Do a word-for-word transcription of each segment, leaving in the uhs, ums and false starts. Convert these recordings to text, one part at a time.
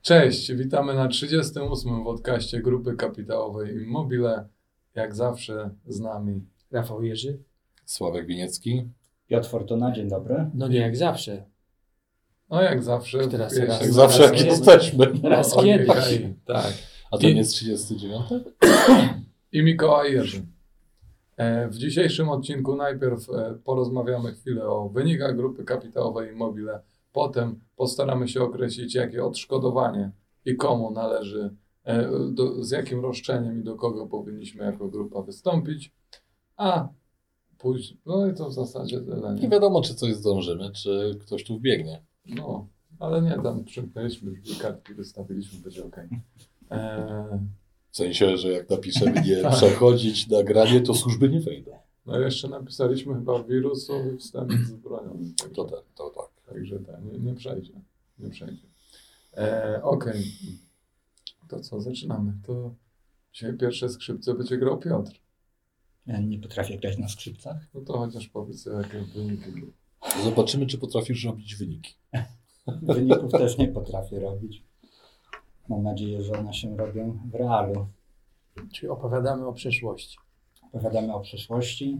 Cześć, witamy na trzydziestym ósmym podcaście Grupy Kapitałowej Immobile. Jak zawsze z nami Rafał Jerzy. Sławek Winiecki. Piotr Fortuna, dzień dobry. No nie jak zawsze. No jak zawsze. Teraz wiesz, raz, Jak zawsze jak kiedy? jesteśmy. Raz no, kiedyś. okej, tak. A to I- nie jest trzydziesty dziewiąty? I Mikołaj Jerzy. E, W dzisiejszym odcinku najpierw e, porozmawiamy chwilę o wynikach Grupy Kapitałowej Immobile. Potem postaramy się określić, jakie odszkodowanie i komu należy, e, do, z jakim roszczeniem i do kogo powinniśmy jako grupa wystąpić. A później, no i to w zasadzie tyle. Nie Nie? wiadomo, czy coś zdążymy, czy ktoś tu wbiegnie. No, ale nie, tam przymknęliśmy już kartki, wystawiliśmy, będzie okej. E, W sensie, że jak napiszemy nie przechodzić nagranie, to służby nie wejdą. No jeszcze napisaliśmy chyba wirusowy wstęp z bronią. Także, To tak, to tak. także tak, nie, nie przejdzie. Nie przejdzie. E, Okej. To co, zaczynamy. To dzisiaj pierwsze skrzypce będzie grał Piotr. Ja nie potrafię grać na skrzypcach. No to chociaż powiedz, jakie wyniki były. Zobaczymy, czy potrafisz robić wyniki. Wyników też nie potrafię robić. Mam nadzieję, że one się robią w realu. Czyli opowiadamy o przeszłości. Opowiadamy o przeszłości.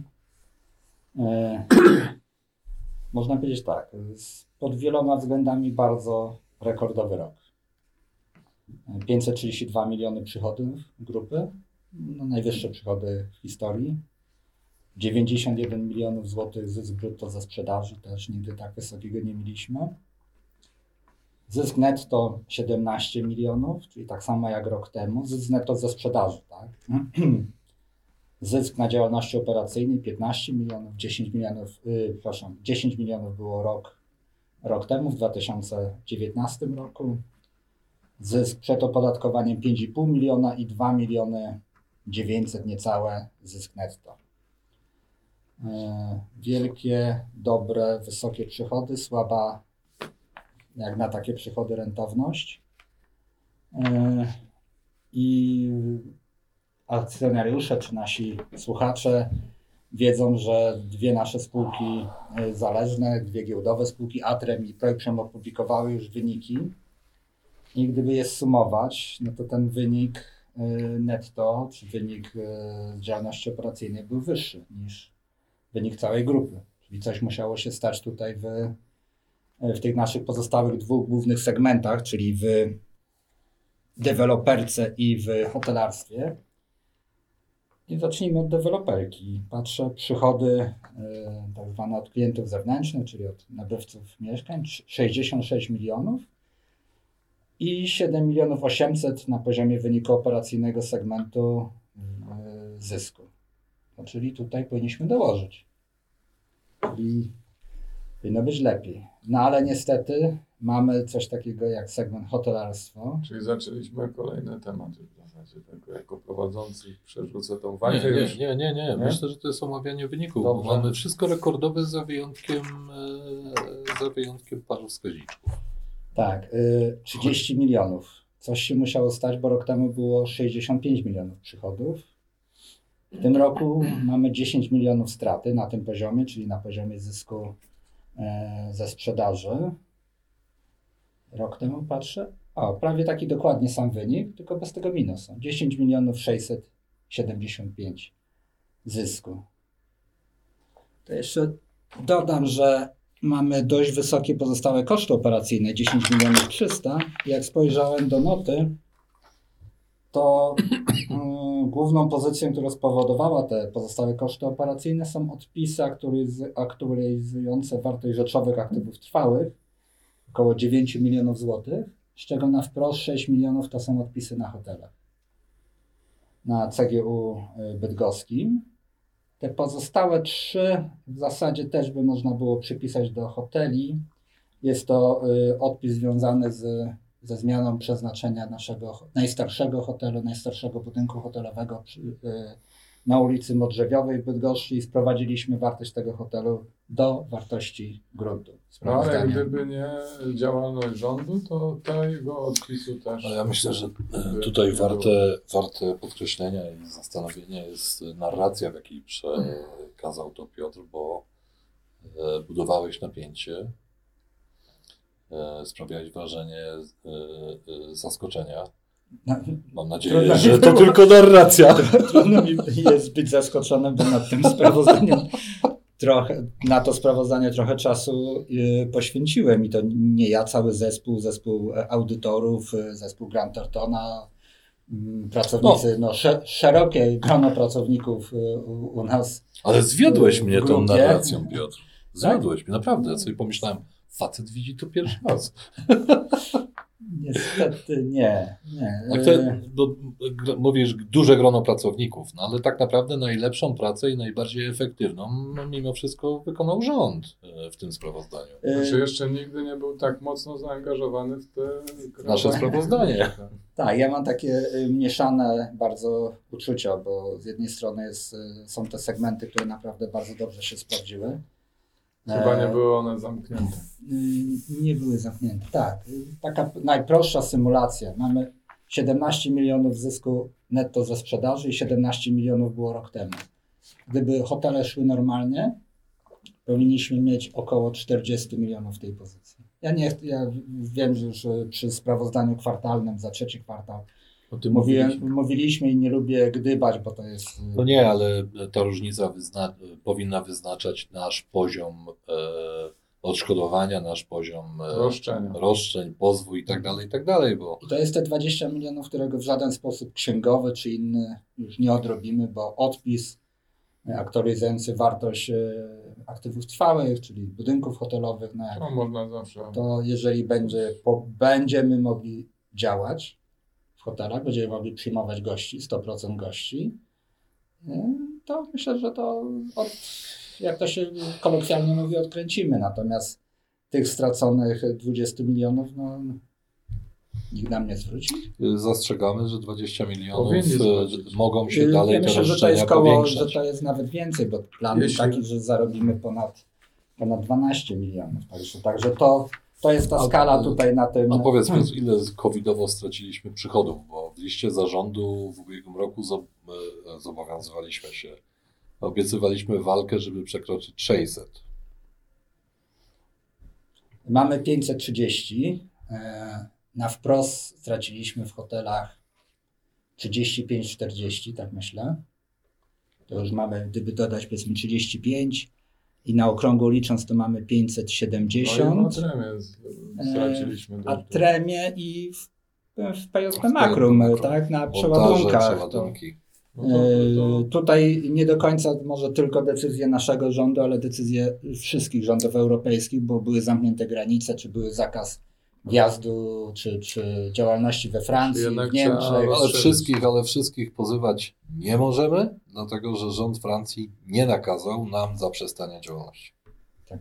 E, można powiedzieć tak, z- pod wieloma względami bardzo rekordowy rok. pięćset trzydzieści dwa miliony przychodów grupy, no najwyższe przychody w historii. dziewięćdziesiąt jeden milionów złotych zysk brutto ze sprzedaży, też nigdy tak wysokiego nie mieliśmy. Zysk netto siedemnaście milionów, czyli tak samo jak rok temu. Zysk netto ze sprzedaży, tak? Zysk na działalności operacyjnej piętnaście milionów, dziesięć milionów, yy, przepraszam, dziesięć milionów było rok, rok temu, w dwa tysiące dziewiętnastym roku. Zysk przed opodatkowaniem pięć i pół miliona i dwa miliony dziewięćset niecałe zysk netto. Yy, wielkie, dobre, wysokie przychody, słaba jak na takie przychody rentowność. Yy, I akcjonariusze czy nasi słuchacze wiedzą, że dwie nasze spółki yy, zależne, dwie giełdowe spółki, Atrem i Projprzem, opublikowały już wyniki. I gdyby je sumować, no to ten wynik yy, netto, czy wynik yy, działalności operacyjnej był wyższy niż wynik całej grupy. Czyli coś musiało się stać tutaj w w tych naszych pozostałych dwóch głównych segmentach, czyli w deweloperce i w hotelarstwie. I zacznijmy od deweloperki. Patrzę, przychody y, tak zwane od klientów zewnętrznych, czyli od nabywców mieszkań, sześćdziesiąt sześć milionów i siedem milionów osiemset na poziomie wyniku operacyjnego segmentu y, zysku. No, czyli tutaj powinniśmy dołożyć. Czyli powinno być lepiej. No ale niestety mamy coś takiego jak segment hotelarstwo. Czyli zaczęliśmy kolejny temat już w zasadzie. Tak, jako prowadzący przerzucę tą Nie, wajchę nie, już. nie, nie, nie. Nie? Myślę, że to jest omawianie wyników. Dobrze. Mamy wszystko rekordowe za wyjątkiem, e, za wyjątkiem paru wskaźniczków. Tak, y, trzydzieści milionów. Coś się musiało stać, bo rok temu było sześćdziesiąt pięć milionów przychodów. W tym roku mamy dziesięć milionów straty na tym poziomie, czyli na poziomie zysku e, ze sprzedaży. Rok temu patrzę, o, prawie taki dokładnie sam wynik, tylko bez tego minusu. dziesięć milionów sześćset siedemdziesiąt pięć zysku. To jeszcze dodam, że mamy dość wysokie pozostałe koszty operacyjne, dziesięć milionów trzysta. Jak spojrzałem do noty, to y, główną pozycją, która spowodowała te pozostałe koszty operacyjne, są odpisy aktualiz- aktualizujące wartość rzeczowych aktywów trwałych, około dziewięć milionów złotych, z czego na wprost sześć milionów to są odpisy na hotelach. Na C G U y, bydgoskim. Te pozostałe trzy w zasadzie też by można było przypisać do hoteli. Jest to y, odpis związany z, ze zmianą przeznaczenia naszego ho- najstarszego hotelu, najstarszego budynku hotelowego przy, y, na ulicy Modrzewiowej w Bydgoszczy i sprowadziliśmy wartość tego hotelu do wartości gruntu. No ale Sprawozdania. gdyby nie działalność rządu, to tego odpisu też. Ale ja myślę, że e, by tutaj nie było. warte, warte podkreślenia i zastanowienia jest narracja, w jakiej przekazał to Piotr, bo e, budowałeś napięcie. e, sprawiałeś wrażenie e, e, zaskoczenia. No, Mam nadzieję, Trudno że mi to było. tylko narracja. trudno mi jest być zaskoczonym, bo nad tym sprawozdaniem trochę, na to sprawozdanie trochę czasu y, poświęciłem i to nie ja, cały zespół, zespół audytorów, y, zespół Grant Thorntona, y, pracownicy, no, sze, szerokie grono pracowników y, u, u nas. Ale zwiodłeś w mnie tą grupie. narracją, Piotr. Zwiodłeś mnie, naprawdę. Ja sobie pomyślałem, facet widzi to pierwszy raz. Niestety nie. nie. A kto, Y, bo, gr- mówisz duże grono pracowników, no ale tak naprawdę najlepszą pracę i najbardziej efektywną no, mimo wszystko wykonał rząd e, w tym sprawozdaniu. y, Znaczy jeszcze nigdy nie był tak mocno zaangażowany w te... Nasze sprawozdanie. Tak, ja mam takie y, mieszane bardzo uczucia, bo z jednej strony jest, y, są te segmenty, które naprawdę bardzo dobrze się sprawdziły. Chyba nie E, były one zamknięte. y, Nie były zamknięte, tak. Y, Taka najprostsza symulacja. Mamy siedemnaście milionów zysku netto ze sprzedaży i siedemnaście milionów było rok temu. Gdyby hotele szły normalnie, powinniśmy mieć około czterdzieści milionów w tej pozycji. Ja nie, ja wiem, że już y, przy sprawozdaniu kwartalnym za trzeci kwartał O tym Mówiłem, mówiliśmy. mówiliśmy i nie lubię gdybać, bo to jest... No nie, ale ta różnica wyzna- powinna wyznaczać nasz poziom e, odszkodowania, nasz poziom e, Roszczenia. roszczeń, pozwu i tak dalej, i tak dalej, bo I to jest te dwadzieścia milionów, którego w żaden sposób księgowy czy inny już nie odrobimy, bo odpis e, aktualizujący wartość e, aktywów trwałych, czyli budynków hotelowych, no jak, To można zawsze... to jeżeli będzie, po, będziemy mogli działać w hotelach, będziemy mogli przyjmować gości, sto procent gości, e, to myślę, że to od, jak to się kolokwialnie mówi, odkręcimy. Natomiast tych straconych dwadzieścia milionów, no nikt nam nie zwróci. zastrzegamy, że dwadzieścia milionów Powinni e, zwrócić. mogą się dalej Ja te myślę, że to roszczenia jest koło, że powiększać. to jest nawet więcej, bo plan Jeśli- taki, że zarobimy ponad, ponad dwanaście milionów. Także, także to, to jest ta A- skala tutaj na tym. A powiedz, Piotr, ile covidowo straciliśmy przychodów, bo w liście zarządu w ubiegłym roku zob- e, zobowiązywaliśmy się, obiecywaliśmy walkę, żeby przekroczyć sześćset. Mamy pięćset trzydzieści. e, Na wprost straciliśmy w hotelach trzydzieści pięć czterdzieści, tak myślę. To już mamy, gdyby dodać powiedzmy trzydzieści pięć i na okrągło licząc to mamy pięćset siedemdziesiąt. No i na tremie z- straciliśmy A dużo. tremie i w, w P J P W Makrum, Makrum. tak, na Montaże, przeładunkach. To, przeładunki. No to, to, e, tutaj nie do końca może tylko decyzje naszego rządu, ale decyzje wszystkich rządów europejskich, bo były zamknięte granice, czy były zakaz wjazdu, czy, czy działalności we Francji, Jednak w Niemczech. trzeba- Ale Rozszerzyć. wszystkich, ale wszystkich pozywać nie możemy, dlatego że rząd Francji nie nakazał nam zaprzestania działalności. Tak.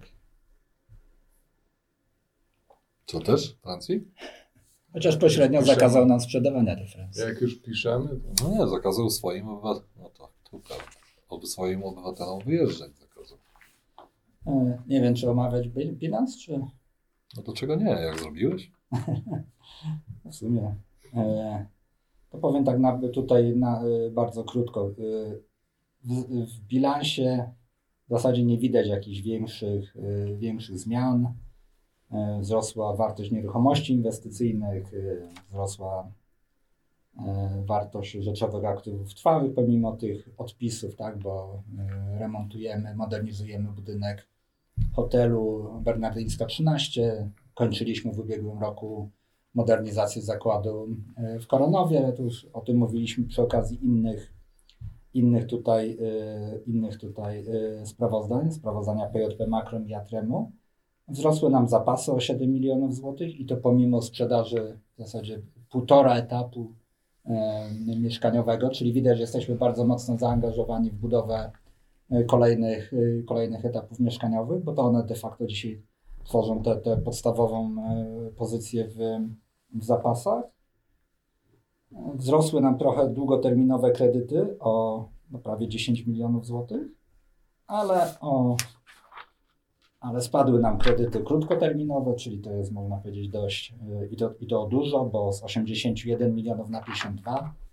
Co też Francji? Chociaż pośrednio Piszemy. zakazał nam sprzedawania do Francji. jak już piszemy, to... No nie, zakazał swoim obywatelom, no to, to prawda, Ob- swoim obywatelom wyjeżdżać zakazał. E, Nie wiem, czy omawiać bi- bilans, czy No to czego nie, jak zrobiłeś? w sumie. E, To powiem tak na, tutaj na, e, bardzo krótko. E, W, w bilansie w zasadzie nie widać jakichś większych, e, większych zmian. E, Wzrosła wartość nieruchomości inwestycyjnych, e, wzrosła e, wartość rzeczowych aktywów trwałych pomimo tych odpisów, tak, bo e, remontujemy, modernizujemy budynek hotelu Bernardyńska trzynaście. Kończyliśmy w ubiegłym roku modernizację zakładu e, w Koronowie. Tu już o tym mówiliśmy przy okazji innych, innych tutaj, e, innych tutaj e, sprawozdań, sprawozdania P J P Makrum i Atremu. Wzrosły nam zapasy o siedem milionów złotych i to pomimo sprzedaży w zasadzie półtora etapu e, mieszkaniowego, czyli widać, że jesteśmy bardzo mocno zaangażowani w budowę e, kolejnych, e, kolejnych etapów mieszkaniowych, bo to one de facto dzisiaj tworzą tę te, te podstawową e, pozycję w, w zapasach. E, Wzrosły nam trochę długoterminowe kredyty o no, prawie dziesięć milionów złotych, ale o ale spadły nam kredyty krótkoterminowe, czyli to jest, można powiedzieć, dość y, i to, i to dużo, bo z osiemdziesięciu jeden milionów na pięćdziesiąt dwa,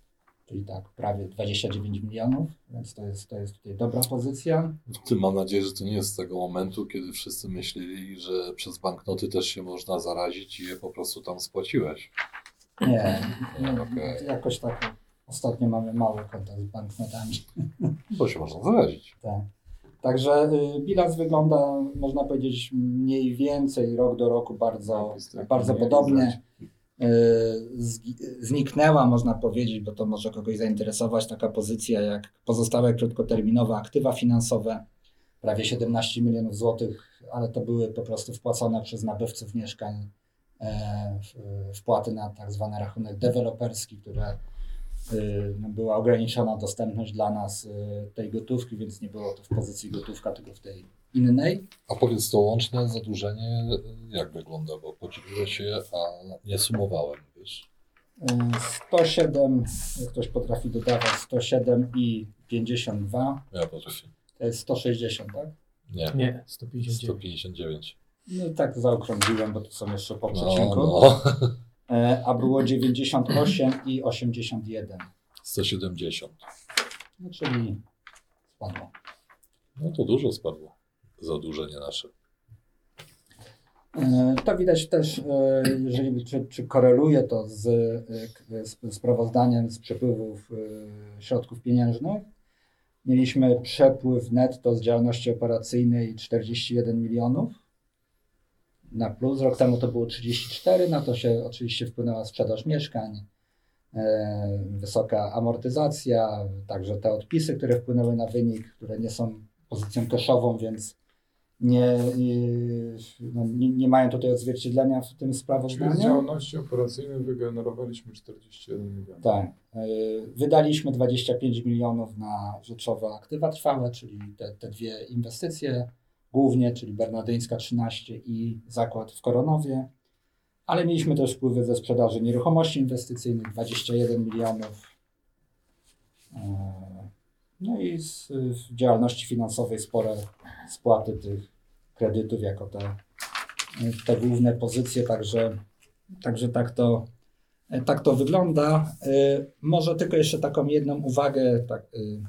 czyli tak prawie dwadzieścia dziewięć milionów, więc to jest, to jest tutaj dobra pozycja. W tym mam nadzieję, że to nie jest z tego momentu, kiedy wszyscy myśleli, że przez banknoty też się można zarazić i je po prostu tam spłaciłeś. Nie, nie Okej. jakoś tak ostatnio mamy mały kontakt z banknotami. Bo się można zarazić. Tak. Także y, bilans wygląda, można powiedzieć, mniej więcej rok do roku bardzo, Jest taki bardzo mniej podobnie. Y, zgi- zniknęła, można powiedzieć, bo to może kogoś zainteresować, taka pozycja jak pozostałe krótkoterminowe aktywa finansowe, prawie siedemnaście milionów złotych, ale to były po prostu wpłacone przez nabywców mieszkań e, w- wpłaty na tak zwany rachunek deweloperski, które y, no, była ograniczona dostępność dla nas y, tej gotówki, więc nie było to w pozycji gotówka, tylko w tej innej. A powiedz, to łączne zadłużenie jak wygląda? Bo podzieliło się, a nie sumowałem, wiesz? Y, sto siedem, jak ktoś potrafi dodawać, sto siedem i pięćdziesiąt dwa, Ja potrafię. to jest sto sześćdziesiąt, tak? Nie, Nie, sto pięćdziesiąt sto dziewięć. pięćdziesiąt dziewięć. No tak zaokrągliłem, bo tu są jeszcze po No, przecinku. no. E, a było dziewięćdziesiąt osiem i osiemdziesiąt jeden, sto siedemdziesiąt. no czyli spadło. No to dużo spadło. Zadłużenie nasze. E, To widać też, e, jeżeli czy, czy koreluje to z, e, k- z sprawozdaniem z przepływów e, środków pieniężnych. Mieliśmy przepływ netto z działalności operacyjnej czterdzieści jeden milionów na plus. Rok temu to było trzydzieści cztery, na to się oczywiście wpłynęła sprzedaż mieszkań, e, wysoka amortyzacja, także te odpisy, które wpłynęły na wynik, które nie są pozycją koszową, więc nie, nie, no, nie, nie mają tutaj odzwierciedlenia w tym Czyli z sprawozdaniu. działalności operacyjnej wygenerowaliśmy czterdzieści jeden milionów. Tak. y, Wydaliśmy dwadzieścia pięć milionów na rzeczowe aktywa trwałe, czyli te, te dwie inwestycje głównie, czyli Bernardyńska trzynaście i zakład w Koronowie, ale mieliśmy też wpływy ze sprzedaży nieruchomości inwestycyjnych, dwadzieścia jeden milionów. Y, No i z w działalności finansowej spore spłaty tych kredytów jako te, te główne pozycje, także, także tak to Tak to wygląda. Y, Może tylko jeszcze taką jedną uwagę tak, y,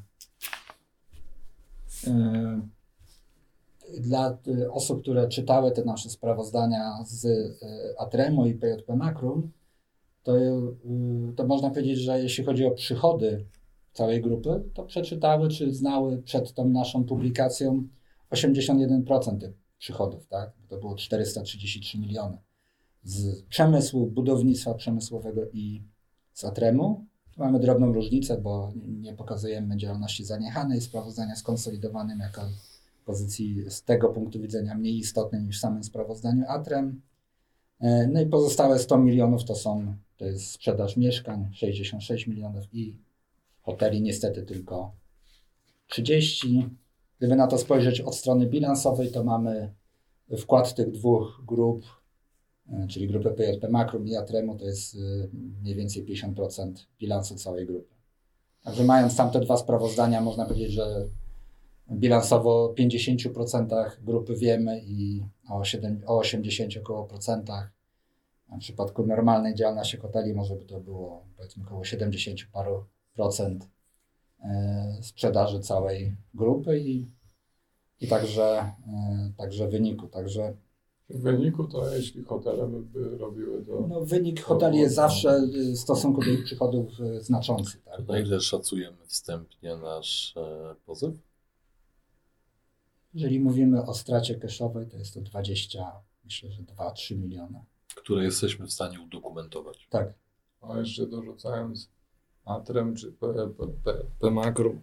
y, dla y, osób, które czytały te nasze sprawozdania z y, Atremo i P J P Makrum, to, y, to można powiedzieć, że jeśli chodzi o przychody całej grupy, to przeczytały czy znały przed tą naszą publikacją osiemdziesiąt jeden procent tych przychodów, tak? To było czterysta trzydzieści trzy miliony. Z przemysłu, budownictwa przemysłowego i z Atremu. Tu mamy drobną różnicę, bo nie pokazujemy działalności zaniechanej, sprawozdania skonsolidowanym jako pozycji z tego punktu widzenia mniej istotnej niż w samym sprawozdaniu Atrem. No i pozostałe sto milionów to są, to jest sprzedaż mieszkań, sześćdziesiąt sześć milionów i hoteli niestety tylko trzydzieści. Gdyby na to spojrzeć od strony bilansowej, to mamy wkład tych dwóch grup, czyli grupy P J P Makrum i Atremu, to jest mniej więcej pięćdziesiąt procent bilansu całej grupy. Także mając tamte dwa sprawozdania, można powiedzieć, że bilansowo o pięćdziesiąt procent grupy wiemy i o, siedem, o osiemdziesiąt około procentach. W przypadku normalnej działalności hoteli może by to było powiedzmy około siedemdziesiąt paru procent sprzedaży całej grupy i, i także, także wyniku. Także W wyniku to jeśli hotele by, by robiły to... no, wynik hoteli jest zawsze w stosunku do ich przychodów znaczący. Tak? Na ile szacujemy wstępnie nasz e, pozew? Jeżeli mówimy o stracie cashowej, to jest to dwadzieścia, myślę, że dwa trzy miliony. Które jesteśmy w stanie udokumentować. Tak. A jeszcze dorzucając Atrem czy P, P, P, P Makrum.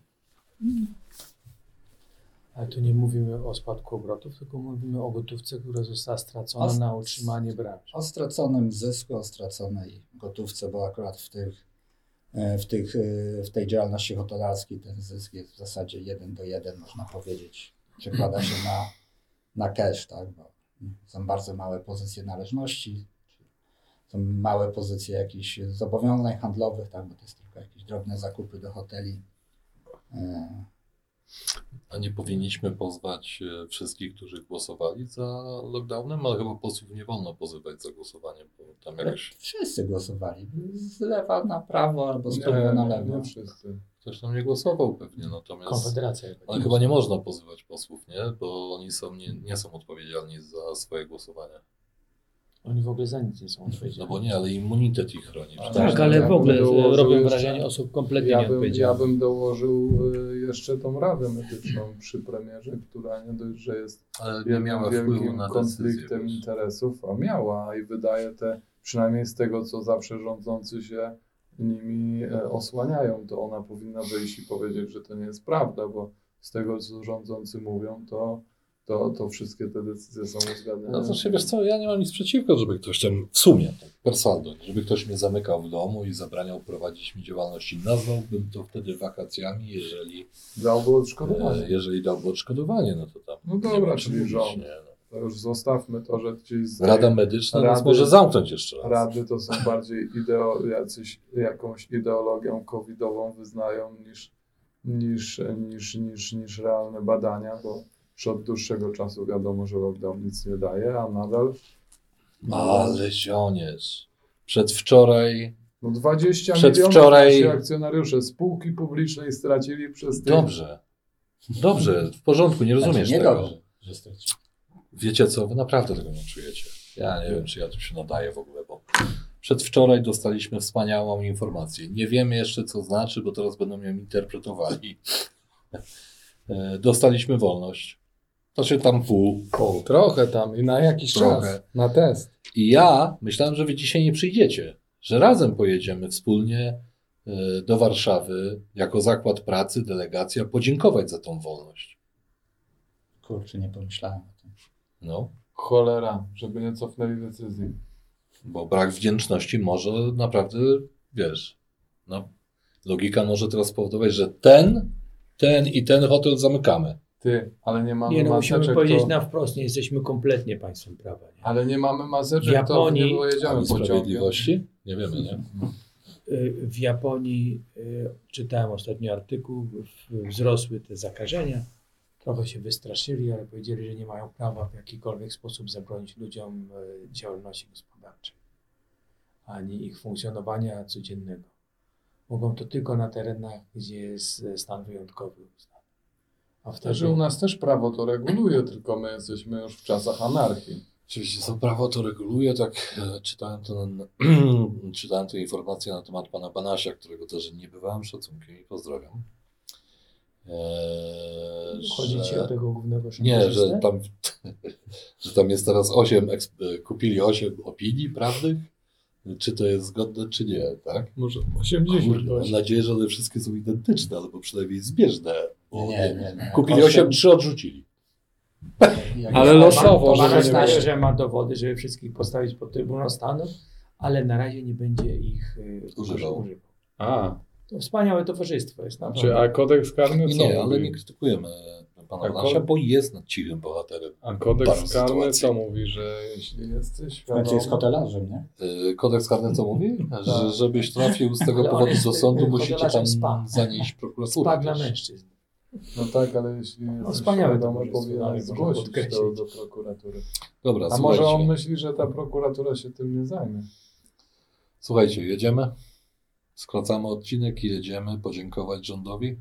Ale tu nie mówimy o spadku obrotów, tylko mówimy o gotówce, która została stracona O- na utrzymanie branży. O straconym zysku, o straconej gotówce, bo akurat w, tych, w, tych, w tej działalności hotelarskiej ten zysk jest w zasadzie jeden do jeden, można powiedzieć. Przekłada się na, na cash, tak? Bo są bardzo małe pozycje należności, są małe pozycje jakichś zobowiązań handlowych, tak? Bo to jest tylko jakieś drobne zakupy do hoteli. A nie powinniśmy pozwać e, wszystkich, którzy głosowali za lockdownem, ale chyba posłów nie wolno pozywać za głosowanie, bo tam jakaś... Wszyscy głosowali. Z lewa na prawo albo z prawa na lewo. Nie wszyscy. Ktoś tam nie głosował pewnie, natomiast... Konfederacja. Ale chyba nie można pozywać posłów, nie? Bo oni są, nie, nie są odpowiedzialni za swoje głosowania. Oni w ogóle za nic nie są No odpowiedzialni. bo nie, ale immunitet ich chroni. Tak, przecież. Tak, ale Ja w bym ogóle dołożył robią jeszcze- wrażenie osób kompletnie Ja bym, ja nieodpowiedzialnych. bym dołożył y, jeszcze tą Radę Medyczną przy premierze, która nie dość, że jest Ale nie miała wielkim wpływu na decyzję. konfliktem wiesz. interesów, a miała i wydaje te, przynajmniej z tego, co zawsze rządzący się nimi e, osłaniają, to ona powinna wyjść i powiedzieć, że to nie jest prawda, bo z tego, co rządzący mówią, to, to, to wszystkie te decyzje są uzgadniane. No to się, wiesz co, ja nie mam nic przeciwko, żeby ktoś tam w sumie, tak per saldo, żeby ktoś mnie zamykał w domu i zabraniał prowadzić mi działalności. Nazwałbym to wtedy wakacjami, jeżeli, Dałby odszkodowanie. e, jeżeli dałby odszkodowanie, no to tam. No nie dobra, ma czym czyli mówić, rząd. nie, no. To już zostawmy to, że ci z Rada Medyczna nas Rady- może zamknąć jeszcze raz. Rady to są bardziej ideo, jacyś, jakąś ideologią covidową wyznają niż, niż, niż, niż, niż realne badania, bo już od dłuższego czasu wiadomo, że lockdown nic nie daje, a nadal Ale zioniec. Przedwczoraj, no dwadzieścia Przedwczoraj- milionów nasi akcjonariusze spółki publicznej stracili przez tych... dobrze, dobrze, w porządku, nie rozumiesz Znaczy, nie tego. dobrze, że stracił. Wiecie co, wy naprawdę tego nie czujecie. Ja nie wiem, czy ja tu się nadaję w ogóle, bo przedwczoraj dostaliśmy wspaniałą informację. Nie wiemy jeszcze, co znaczy, bo teraz będą ją interpretowali. E, Dostaliśmy wolność. To się tam pół. O, trochę tam i na jakiś Trochę. czas, na test. I ja myślałem, że wy dzisiaj nie przyjdziecie, że razem pojedziemy wspólnie e, do Warszawy jako zakład pracy, delegacja, podziękować za tą wolność. Kurczę, nie pomyślałem o tym. No, Cholera, żeby nie cofnęli decyzji. bo brak wdzięczności może naprawdę, wiesz, no, logika może teraz spowodować, że ten, ten i ten hotel zamykamy. Ty, ale nie mamy Nie, no musimy maseczek, powiedzieć to... na wprost, nie jesteśmy kompletnie państwem prawa. Nie? Ale nie mamy maseczek, W Japonii- to nie pojedziemy Ani pociągiem. sprawiedliwości? Nie wiemy, nie? Y, W Japonii y, czytałem ostatnio artykuł, w- wzrosły te zakażenia. Trochę się wystraszyli, ale powiedzieli, że nie mają prawa w jakikolwiek sposób zabronić ludziom y, działalności gospodarczej, ani ich funkcjonowania codziennego. Mogą to tylko na terenach, gdzie jest e, stan wyjątkowy uznany. A wtedy Także u nas też prawo to reguluje, tylko my jesteśmy już w czasach anarchii. Oczywiście to prawo to reguluje, tak e, czytałem, to na, czytałem tę informację na temat pana Banasia, którego też nie bywałem szacunkiem i pozdrawiam. E, chodzi ci o tego głównego Nie, szantażystę? że tam, że tam jest teraz osiem, eksp- kupili osiem opinii prawnych, czy to jest zgodne, czy nie, tak? Może Kurde, mam nadzieję, że one wszystkie są identyczne, albo przynajmniej zbieżne. Bo Nie, nie, nie. Kupili osiem, trzy odrzucili. Jak- Ale jak- losowo, to że ma nie znaczy- Myślę, że ma dowody, żeby wszystkich postawić pod Trybunał Stanu, ale na razie nie będzie ich y, Używał. używał. A, To wspaniałe towarzystwo jest czy naprawdę. a kodeks karny co Nie, ale mówi? nie krytykujemy pana A Banasia, kod- bo jest nad cichym bohaterem. A Daną kodeks karny sytuację. co mówi, że jeśli jesteś Znaczy jest świadomy... hotelarzem, nie? Yy, Kodeks karny co mówi? Że żebyś trafił z tego Ale on powodu jest, do sądu, y, musicie tam hotelarzem spa. zanieść prokuraturę. Spa dla też. mężczyzn. No tak, ale jeśli jesteś wspaniałe świadomy, towarzystwo, powinien dalej można zgłosić to podkreślić. do prokuratury. Dobra, A słuchajcie. może on myśli, że ta prokuratura się tym nie zajmie? Słuchajcie, jedziemy. Skracamy odcinek i jedziemy podziękować rządowi.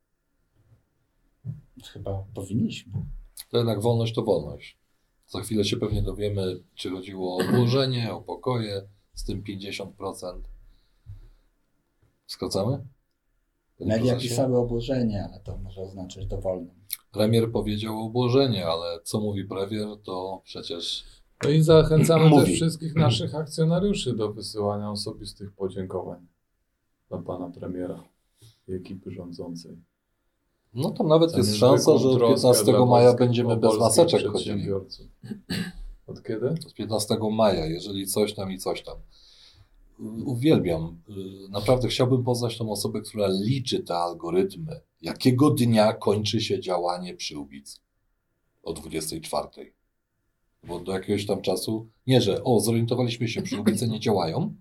Chyba powinniśmy. To jednak wolność to wolność. Za chwilę się pewnie dowiemy, czy chodziło o obłożenie, o pokoje z tym pięćdziesiąt procent. Skracamy? Panie Media prezesie? pisały obłożenie, ale to może oznaczać dowolnym. Premier powiedział obłożenie, ale co mówi premier, to przecież No i zachęcamy Mówi. też wszystkich naszych akcjonariuszy do wysyłania osobistych podziękowań dla pana premiera i ekipy rządzącej. no tam nawet Za jest niezwykłą szansa, że od troskę piętnastego dla maja polskich- będziemy o bez polskich maseczek chodzili. przedsiębiorców. Od kiedy? Od piętnastego maja, jeżeli coś tam i coś tam. Uwielbiam. Naprawdę chciałbym poznać tą osobę, która liczy te algorytmy. Jakiego dnia kończy się działanie przyłbic? O dwudziestej czwartej. Bo do jakiegoś tam czasu, nie że, o, zorientowaliśmy się, przyłbice nie działają,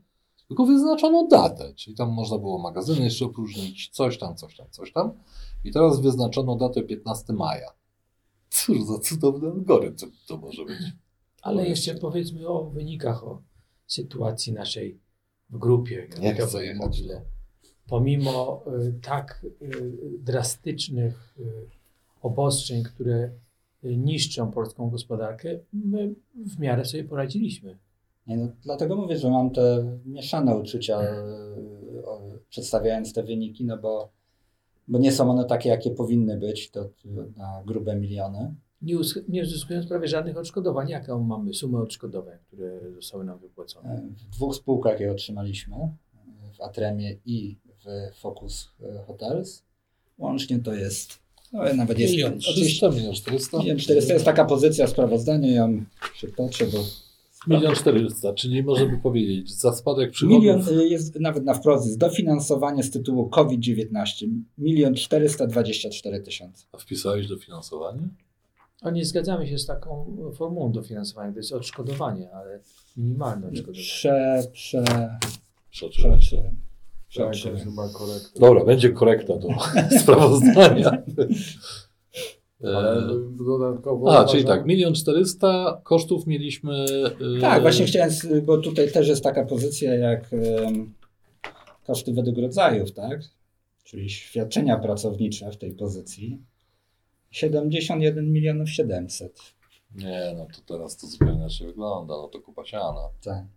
tylko wyznaczono datę, czyli tam można było magazyny jeszcze opróżnić, coś tam, coś tam, coś tam. I teraz wyznaczono datę piętnastego maja. Cóż za cudowny algorytm to może być. Ale jeszcze powiedzmy o wynikach, o sytuacji naszej w grupie Nie chcę kapitałowej jechać. Mobile. Pomimo y, tak y, drastycznych y, obostrzeń, które y, niszczą polską gospodarkę, my w miarę sobie poradziliśmy. Nie, no, dlatego mówię, że mam te mieszane uczucia e, o, przedstawiając te wyniki, no bo, bo nie są one takie, jakie powinny być, to, to na grube miliony. Nie, us- nie uzyskując prawie żadnych odszkodowań. Jaką mamy sumę odszkodowań, które zostały nam wypłacone? E, W dwóch spółkach je otrzymaliśmy, e, w Atremie i w Focus Hotels. Łącznie to jest, no nawet jest, Milion trzysta, milion czterysta. milion czterysta jest taka pozycja w sprawozdaniu, ją przytoczę, bo Milion czterysta, czyli możemy powiedzieć, za spadek przychodów. milion y, jest nawet na wprost, jest dofinansowanie z tytułu COVID dziewiętnaście, milion czterysta dwadzieścia cztery tysiące. A wpisałeś dofinansowanie? A nie zgadzamy się z taką formułą dofinansowania. To jest odszkodowanie, ale minimalne odszkodowanie. Prze, prze, Przeczyłem. prze, prze, Tak, to prze, jest chyba korekta. Dobra, będzie korekta do sprawozdania. Ale E, dodatkowo... A, uważam- czyli tak, milion czterysta kosztów mieliśmy. e, Tak, właśnie chciałem, s- bo tutaj też jest taka pozycja jak em, koszty według rodzajów, tak? Czyli świadczenia pracownicze w tej pozycji. siedemdziesiąt jeden milionów siedemset. Nie, no to teraz to zupełnie inaczej wygląda, no to kupa siana. Tak.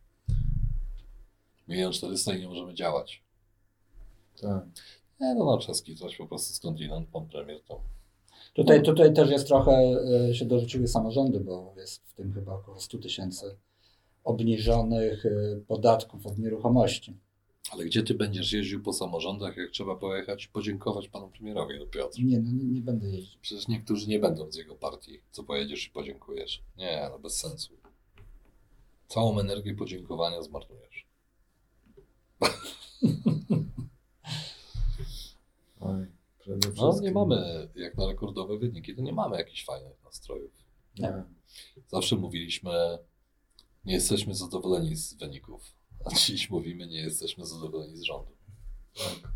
Milion czterysta i nie możemy działać. Tak. Nie, no na czeski coś po prostu skądinąd pan premier to. Tutaj, tutaj też jest trochę, e, się dorzuciły samorządy, bo jest w tym chyba około sto tysięcy obniżonych e, podatków od nieruchomości. Ale gdzie ty będziesz jeździł po samorządach, jak trzeba pojechać i podziękować panu premierowi, no Piotr? Nie, no, nie, nie będę jeździł. Przecież niektórzy nie będą z jego partii. Co pojedziesz i podziękujesz? Nie, no bez sensu. Całą energię podziękowania zmarnujesz. Oj, przede No wszystkim... nie mamy, jak na rekordowe wyniki, to nie mamy jakichś fajnych nastrojów. Nie. Zawsze mówiliśmy, nie jesteśmy zadowoleni z wyników. A dziś mówimy, nie jesteśmy zadowoleni z rządu. Tak.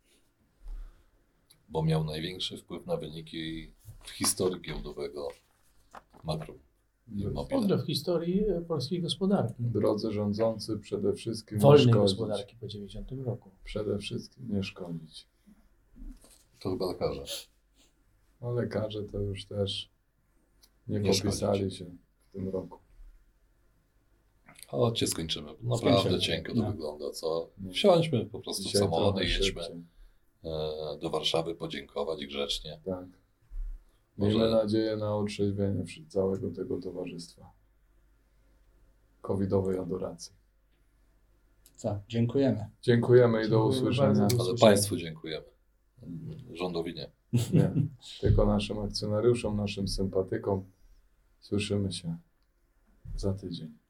Bo miał największy wpływ na wyniki w historii giełdowego makro. i W mobile. ogóle w historii e, polskiej gospodarki. Drodzy rządzący, przede wszystkim nie Wolnej szkodzić. gospodarki po dziewięćdziesiątym roku. Przede wszystkim nie szkodzić. To chyba lekarze. No lekarze to już też nie, Nie popisali szkodzić. się w tym roku. Chodźcie, skończymy. Naprawdę Skończymy. cienko to No. wygląda, co? No. Wsiądźmy po prostu w Dzisiaj samochody, trochę jedźmy szybciej. e, do Warszawy, podziękować grzecznie. Tak. Może- Miejmy nadzieję na otrzeźwienie wśród całego tego towarzystwa. Covidowej adoracji. Co? Dziękujemy. Dziękujemy i do Dziękujemy usłyszenia. bardzo. Do Ale usłyszenia. Państwu dziękujemy. Rządowi nie. Nie, tylko naszym akcjonariuszom, naszym sympatykom. Słyszymy się za tydzień.